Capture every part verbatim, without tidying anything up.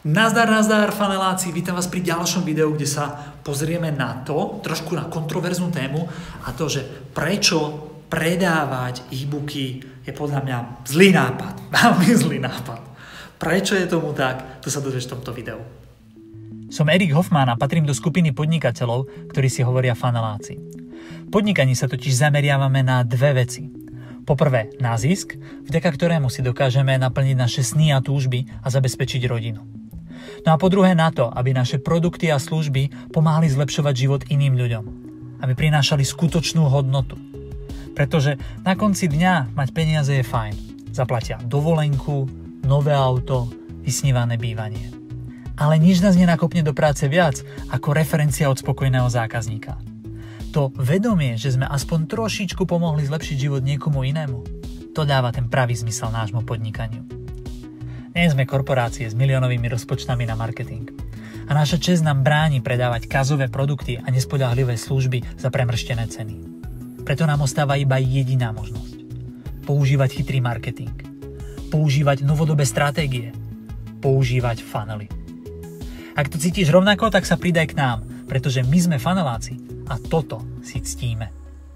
Nazdar, nazdar, faneláci, vítam vás pri ďalšom videu, kde sa pozrieme na to, trošku na kontroverznú tému a to, že prečo predávať e-booky je podľa mňa zlý nápad, veľmi zlý nápad. Prečo je tomu tak, to sa dozvieš v tomto videu. Som Erik Hoffman a patrím do skupiny podnikateľov, ktorí si hovoria faneláci. V podnikaní sa totiž zameriavame na dve veci. Poprvé na zisk, vďaka ktorému si dokážeme naplniť naše sny a túžby a zabezpečiť rodinu. No a po druhé na to, aby naše produkty a služby pomáhali zlepšovať život iným ľuďom. Aby prinášali skutočnú hodnotu. Pretože na konci dňa mať peniaze je fajn. Zaplatia dovolenku, nové auto, vysnívané bývanie. Ale nič nás nenakopne do práce viac ako referencia od spokojného zákazníka. To vedomie, že sme aspoň trošičku pomohli zlepšiť život niekomu inému, to dáva ten pravý zmysel nášmu podnikaniu. Nie sme korporácie s miliónovými rozpočtami na marketing. A naša česť nám bráni predávať kazové produkty a nespoľahlivé služby za premrštené ceny. Preto nám ostáva iba jediná možnosť. Používať chytrý marketing. Používať novodobé stratégie. Používať funnely. Ak to cítiš rovnako, tak sa pridaj k nám, pretože my sme faneláci a toto si ctíme.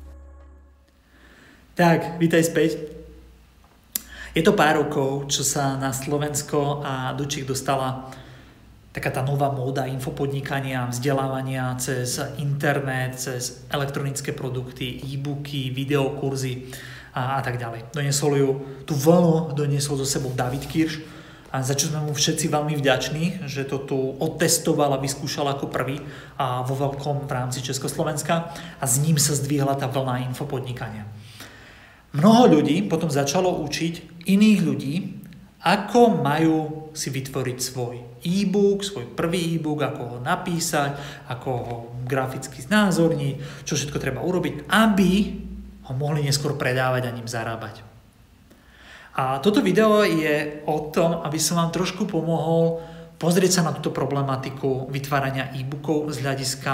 Tak, vítaj späť. Je to pár rokov, čo sa na Slovensko a do Čiech dostala taká tá nová móda infopodnikania, vzdelávania cez internet, cez elektronické produkty, e-booky, videokurzy a, a tak ďalej. Doniesol ju, tú vlnu doniesol so sebou David Kirš, a za čo sme mu všetci veľmi vďační, že to tu otestoval a vyskúšal ako prvý a vo veľkom v rámci Československa a s ním sa zdvihla tá vlna infopodnikania. Mnoho ľudí potom začalo učiť iných ľudí, ako majú si vytvoriť svoj e-book, svoj prvý e-book, ako ho napísať, ako ho graficky znázorniť, čo všetko treba urobiť, aby ho mohli neskôr predávať a ním zarábať. A toto video je o tom, aby som vám trošku pomohol pozrieť sa na túto problematiku vytvárania e-bookov z hľadiska,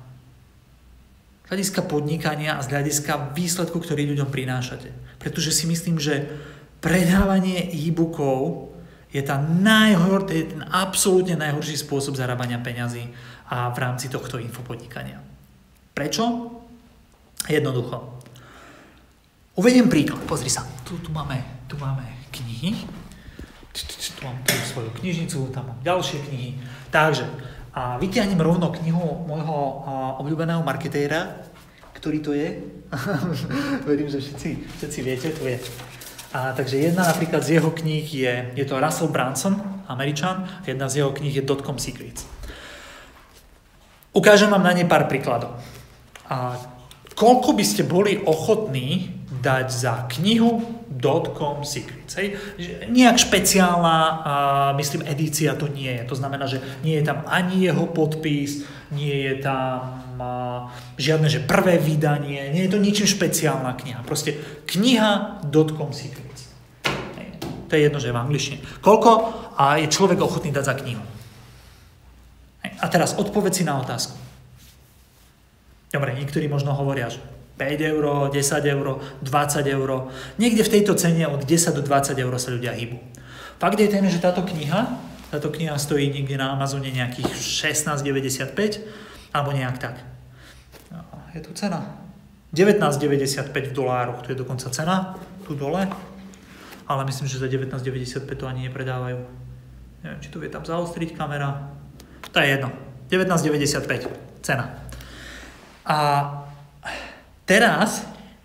z hľadiska podnikania a z hľadiska výsledku, ktorý ľuďom prinášate. Pretože si myslím, že predávanie e-bookov je, tá najhor, je ten absolútne najhorší spôsob zarábania peňazí a v rámci tohto infopodnikania. Prečo? Jednoducho. Uvediem príklad. Pozri sa. Tu, tu, máme, tu máme knihy. Tu mám tu svoju knižnicu, tam mám ďalšie knihy. Takže a vytiahnem rovno knihu môjho obľúbeného marketéra, ktorý to je. Verím, že všetci, všetci viete, to je. A, takže jedna napríklad z jeho kníh je, je to Russell Brunson, Američan, jedna z jeho kníh je Dotcom Secrets. Ukážem vám na nej pár príkladov. A koľko by ste boli ochotní dať za knihu Dotcom Secrets? Hej? Nijak špeciálna, a myslím, edícia to nie je. To znamená, že nie je tam ani jeho podpis, nie je tam a, žiadne, že prvé vydanie, nie je to ničím špeciálna kniha. Proste kniha Dotcom Secrets. Hej. To je jedno, že je v angličtine. Koľko a je človek ochotný dať za knihu? Hej. A teraz odpoveď si na otázku. Dobre, niektorí možno hovoria, že päť eur, desať eur, dvadsať eur. Niekde v tejto cene od desať do dvadsať eur sa ľudia hýbu. Fakt je ten, že táto kniha, táto kniha stojí niekde na Amazone nejakých šestnásť deväťdesiatpäť alebo nejak tak. No, je tu cena. devätnásť deväťdesiatpäť v dolároch, to je dokonca cena, tu dole. Ale myslím, že za devätnásť deväťdesiatpäť to ani nepredávajú. Neviem, či to vie tam zaostriť kamera. To je jedno. devätnásť deväťdesiatpäť cena. A teraz,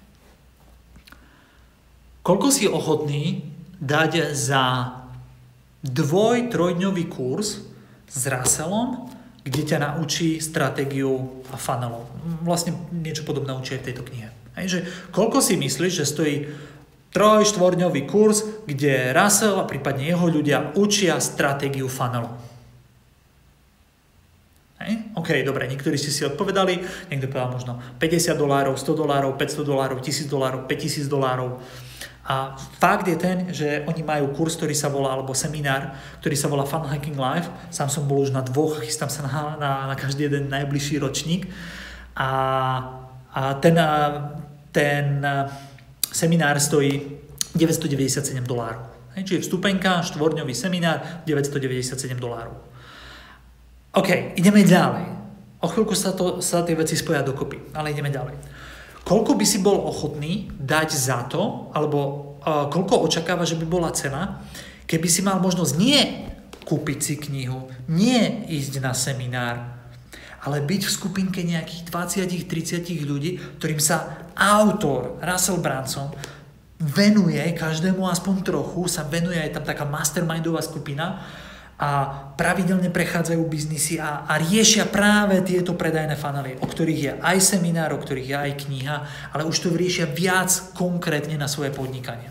koľko si ochotný dať za dvoj, trojdňový kurz s Russellom, kde ťa naučí stratégiu a funnelov. Vlastne niečo podobné učí aj v tejto knihe. Hej, že koľko si myslíš, že stojí troj, štvorňový kurz, kde Russell a prípadne jeho ľudia učia stratégiu funnelov? Hej? OK, dobre, niektorí ste si odpovedali, niekto povedal možno päťdesiat dolárov, sto dolárov, päťsto dolárov, tisíc dolárov, päťtisíc dolárov. A fakt je ten, že oni majú kurz, ktorý sa volá, alebo seminár, ktorý sa volá Funnel Hacking Live. Sám som bol už na dvoch, chystám sa na, na, na každý jeden najbližší ročník. A, a ten, ten seminár stojí deväťstodeväťdesiatsedem dolárov. Hej, čiže vstupenka, štvorňový seminár, deväťstodeväťdesiatsedem dolárov. OK, ideme ďalej. O chvíľku sa, to, sa tie veci spoja dokopy, ale ideme ďalej. Koľko by si bol ochotný dať za to, alebo uh, koľko očakáva, že by bola cena, keby si mal možnosť nie kúpiť si knihu, nie ísť na seminár, ale byť v skupinke nejakých dvadsať tridsať ľudí, ktorým sa autor Russell Brunson venuje, každému aspoň trochu, sa venuje aj tam taká mastermindová skupina a pravidelne prechádzajú biznisy a, a riešia práve tieto predajné funnely, o ktorých je aj seminár, o ktorých je aj kniha, ale už to riešia viac konkrétne na svoje podnikania.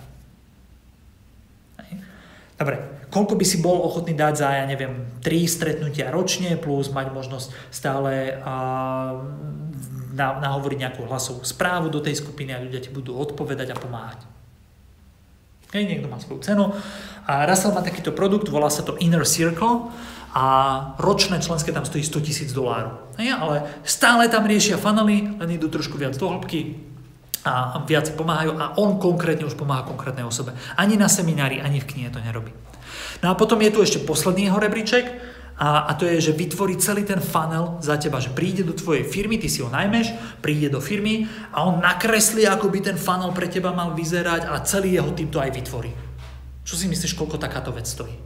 Dobre, koľko by si bol ochotný dať za, ja neviem, tri stretnutia ročne, plus mať možnosť stále uh, na, nahovoriť nejakú hlasovú správu do tej skupiny a ľudia ti budú odpovedať a pomáhať. Hej, niekto má svoju cenu. A Russell má takýto produkt, volá sa to Inner Circle a ročné členské tam stojí stotisíc dolárov. Hej, ale stále tam riešia funnely, len idú trošku viac do hĺbky a viac pomáhajú a on konkrétne už pomáha konkrétnej osobe. Ani na seminári, ani v knihe to nerobí. No a potom je tu ešte posledný jeho rebríček a, a to je, že vytvorí celý ten funnel za teba, že príde do tvojej firmy, ty si ho najmeš, príde do firmy a on nakreslí, ako by ten funnel pre teba mal vyzerať a celý jeho tým to aj vytvorí. Čo si myslíš, koľko takáto vec stojí?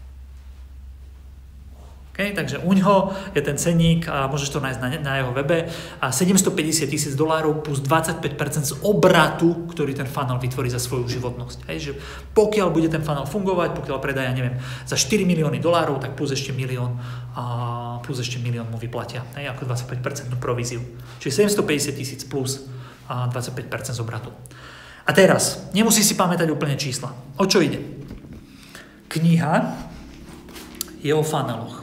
Okay, takže u ňoho je ten cenník, a môžeš to nájsť na, na jeho webe, a sedemstopäťdesiat tisíc dolárov plus dvadsaťpäť percent z obratu, ktorý ten funnel vytvorí za svoju životnosť. Hej, že pokiaľ bude ten funnel fungovať, pokiaľ predaja, neviem, za štyri milióny dolárov, tak plus ešte milión, a plus ešte milión mu vyplatia, hej, ako dvadsaťpäť percent províziu. Čiže sedemstopäťdesiat tisíc plus a dvadsaťpäť percent z obratu. A teraz, nemusí si pamätať úplne čísla. O čo ide? Kniha je o funneloch.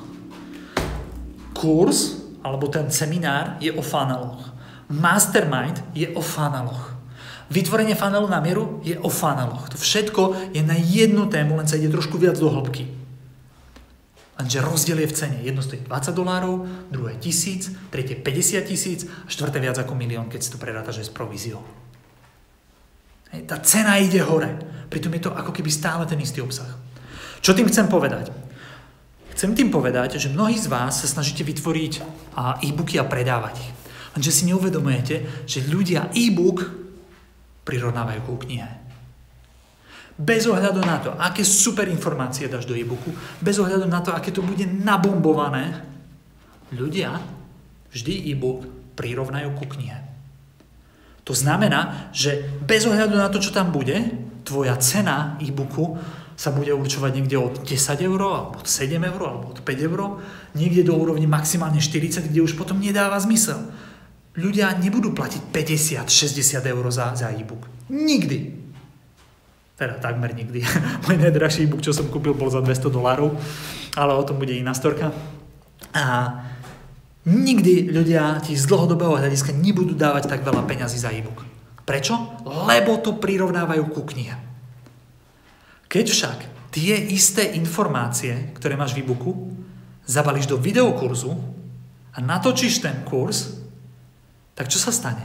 Kurs, alebo ten seminár je o funneloch. Mastermind je o funneloch. Vytvorenie funnelu na mieru je o funneloch. To všetko je na jednu tému, len sa ide trošku viac do hĺbky. Lenže rozdiel je v cene. Jedno stojí dvadsať dolárov, druhé tisíc, tretie päťdesiat tisíc a štvrté viac ako milión, keď si to prerátaš aj s províziou. Hej, tá cena ide hore. Pritom je to ako keby stále ten istý obsah. Čo tým chcem povedať? Chcem tým povedať, že mnohí z vás sa snažíte vytvoriť e-booky a predávať ich. Lenže si neuvedomujete, že ľudia e-book prirovnávajú ku knihe. Bez ohľadu na to, aké super informácie dáš do e-booku, bez ohľadu na to, aké to bude nabombované, ľudia vždy e-book prirovnajú ku knihe. To znamená, že bez ohľadu na to, čo tam bude, tvoja cena e-booku sa bude určovať niekde od desať eur, alebo od sedem eur, alebo od päť eur, niekde do úrovni maximálne štyridsať, kde už potom nedáva zmysel. Ľudia nebudú platiť päťdesiat šesťdesiat eur za, za e-book. Nikdy. Teda takmer nikdy. Môj najdražší e-book, čo som kúpil, bol za dvesto dolárov, ale o tom bude iná storka. A nikdy ľudia ti z dlhodobého hľadiska nebudú dávať tak veľa peňazí za e-book. Prečo? Lebo to prirovnávajú ku knihe. Keď však tie isté informácie, ktoré máš v e-booku, zabalíš do videokurzu a natočíš ten kurz, tak čo sa stane?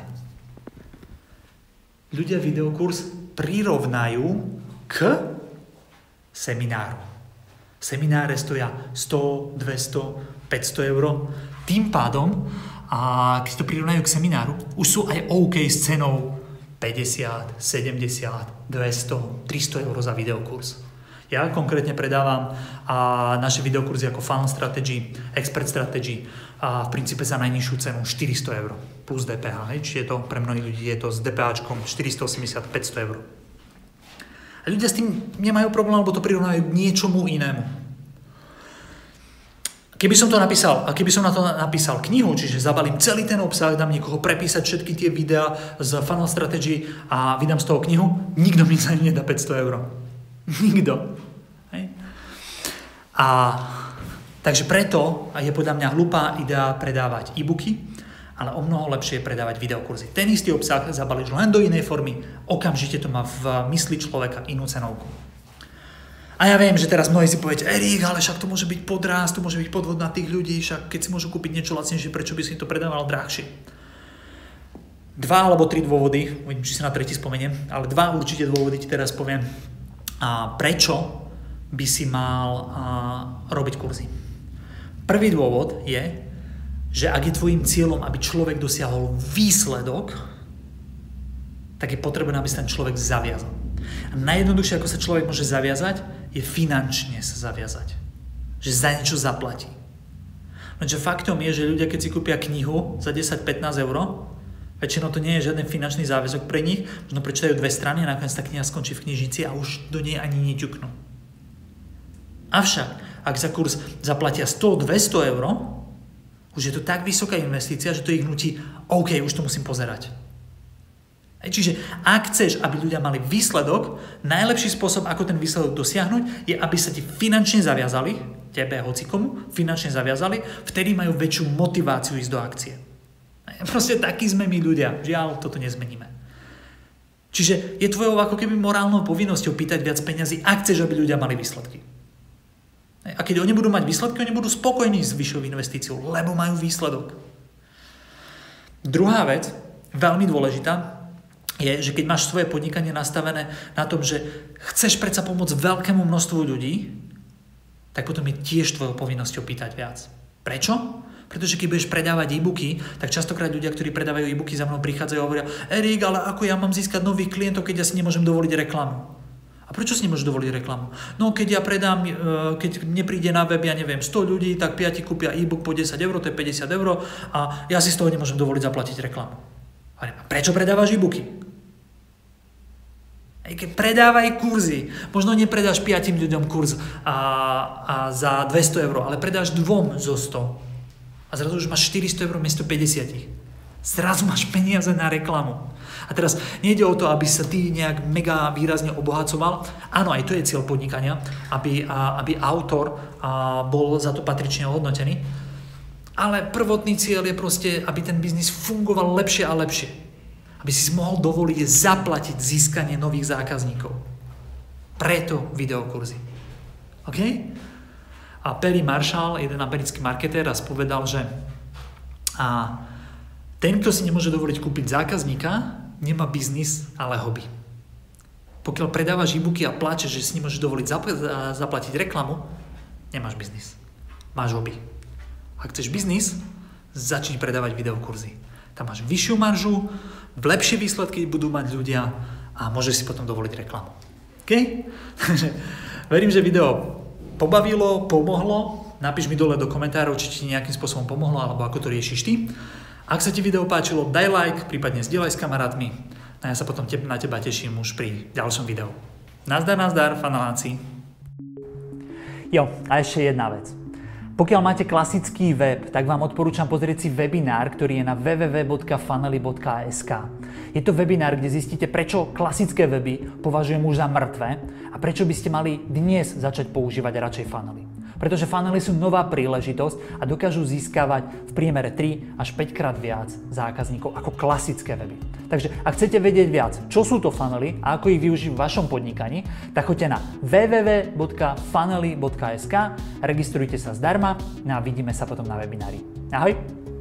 Ľudia videokurs prirovnajú k semináru. Semináre stoja sto, dvesto, päťsto eur. Tým pádom, a keď to prirovnajú k semináru, už sú aj OK s cenou päťdesiat, sedemdesiat, dvesto, tristo eur za videokurs. Ja konkrétne predávam a naše videokurzy ako Funnel Strategy, Expert Strategy a v princípe za najnižšiu cenu štyristo eur plus dé pé há. Čiže to pre mnohých ľudí je to s DPAčkom štyristoosemdesiat až päťsto eur. A ľudia s tým nemajú problém, lebo to prirovnajú k niečomu inému. Keby som to napísal, a keby som na to napísal knihu, čiže zabalím celý ten obsah, dám niekoho prepísať všetky tie videá z Funnel Strategy a vydám z toho knihu, nikto mi za ňu nedá päťsto eur. Nikto. Hej. A takže preto je podľa mňa hlúpa idea predávať e-booky, ale o mnoho lepšie je predávať videokurzy. Ten istý obsah zabalíš len do inej formy, okamžite to má v mysli človeka inú cenovku. A ja viem, že teraz mnohí si poviete, Erik, ale však to môže byť podrást, to môže byť podvod na tých ľudí, však keď si môžu kúpiť niečo lacnejšie, prečo by si to predával drahšie? Dva alebo tri dôvody, uvidím, či si na tretí spomeniem, ale dva určite dôvody ti teraz poviem. a prečo by si mal a, robiť kurzy. Prvý dôvod je, že ak je tvojím cieľom, aby človek dosiahol výsledok, tak je potrebné, aby sa ten človek zaviazal. A najjednoduchšie, ako sa človek môže zaviazať, je finančne sa zaviazať. Že za niečo zaplatí. Lenže faktom je, že ľudia, keď si kúpia knihu za desať pätnásť eur, väčšinou to nie je žiaden finančný záväzok pre nich, možno prečítajú dve strany a nakoniec tá kniha skončí v knižnici a už do nej ani neťuknú. Avšak, ak za kurz zaplatia sto dvesto eur, už je to tak vysoká investícia, že to ich nutí, OK, už to musím pozerať. Čiže ak chceš, aby ľudia mali výsledok, najlepší spôsob, ako ten výsledok dosiahnuť, je, aby sa ti finančne zaviazali, tebe, hocikomu, finančne zaviazali, vtedy majú väčšiu motiváciu ísť do akcie. Proste takí sme my ľudia. Žiaľ, toto nezmeníme. Čiže je tvojou ako keby morálnou povinnosťou pýtať viac peňazí, ak chceš, aby ľudia mali výsledky. A keď oni budú mať výsledky, oni budú spokojní s vyššou investíciou, lebo majú výsledok. Druhá vec, veľmi dôležitá, je, že keď máš svoje podnikanie nastavené na tom, že chceš predsa pomôcť veľkému množstvu ľudí, tak potom je tiež tvojou povinnosťou pýtať viac. Prečo? Pretože keď budeš predávať e-booky, tak častokrát ľudia, ktorí predávajú e-booky, za mnou prichádzajú a hovoria: Erik, ale ako ja mám získať nových klientov, keď ja si nemôžem dovoliť reklamu? A prečo si nemôžeš dovoliť reklamu? No keď ja predám, keď nepríde na web, ja neviem, sto ľudí, tak piati kúpia e-book po desať eur, to je päťdesiat eur a ja si z toho nemôžem dovoliť zaplatiť reklamu. A prečo predávaš e-booky? Keď predávaj kurzy, možno nepredáš piatim ľuďom kurz a, a za dvesto eur, ale predáš dvom zo sto. A zrazu už máš štyristo eur miesto päťdesiat. Zrazu máš peniaze na reklamu. A teraz nejde o to, aby sa ty nejak mega výrazne obohacoval. Áno, aj to je cieľ podnikania, aby, a, aby autor a, bol za to patrične ohodnotený. Ale prvotný cieľ je proste, aby ten biznis fungoval lepšie a lepšie. Aby si mohol dovoliť zaplatiť získanie nových zákazníkov. Preto videokurzy. OK? A Perry Marshall, jeden americký marketér, raz povedal, že a ten, kto si nemôže dovoliť kúpiť zákazníka, nemá biznis, ale hobby. Pokiaľ predávaš e-booky a pláčeš, že si nemôžeš dovoliť zapl- zaplatiť reklamu, nemáš biznis. Máš hobby. Ak chceš biznis, začni predávať videokurzy. Tam máš vyššiu maržu, lepšie výsledky budú mať ľudia a môžeš si potom dovoliť reklamu. OK? Takže verím, že video pobavilo, pomohlo. Napíš mi dole do komentárov, či ti nejakým spôsobom pomohlo, alebo ako to riešiš ty. Ak sa ti video páčilo, daj like, prípadne zdieľaj s kamarátmi. A ja sa potom na teba teším už pri ďalšom videu. Nazdar, nazdar, faneláci. Jo, a ešte jedna vec. Pokiaľ máte klasický web, tak vám odporúčam pozrieť si webinár, ktorý je na w w w bodka funnely bodka es ka. Je to webinár, kde zistíte, prečo klasické weby považujem už za mŕtve a prečo by ste mali dnes začať používať radšej funnely. Pretože funnely sú nová príležitosť a dokážu získavať v priemere tri až päť krát viac zákazníkov ako klasické weby. Takže ak chcete vedieť viac, čo sú to funnely a ako ich využiť v vašom podnikaní, tak choďte na w w w bodka funnely bodka es ka, registrujte sa zdarma a vidíme sa potom na webinári. Ahoj!